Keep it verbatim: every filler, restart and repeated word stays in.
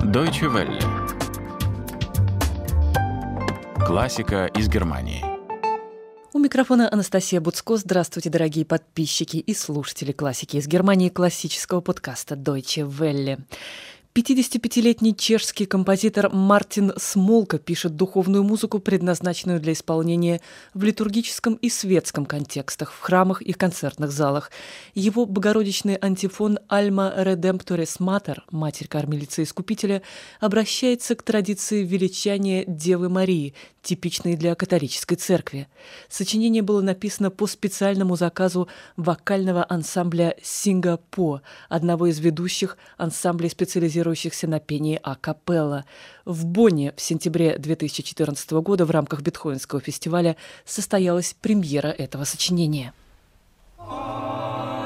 Deutsche Welle. Классика из Германии. У микрофона Анастасия Буцко. Здравствуйте, дорогие подписчики и слушатели классики из Германии, классического подкаста Deutsche Welle. пятидесятипятилетний чешский композитор Мартин Смолка пишет духовную музыку, предназначенную для исполнения в литургическом и светском контекстах, в храмах и концертных залах. Его богородичный антифон «Alma Redemptoris Mater» – «Матерь Кормилица Искупителя» обращается к традиции величания Девы Марии, типичной для католической церкви. Сочинение было написано по специальному заказу вокального ансамбля «Сингапо», одного из ведущих ансамблей, специализирующихся на пении а-капелла. В Бонне в сентябре две тысячи четырнадцатого года в рамках Бетховенского фестиваля состоялась премьера этого сочинения.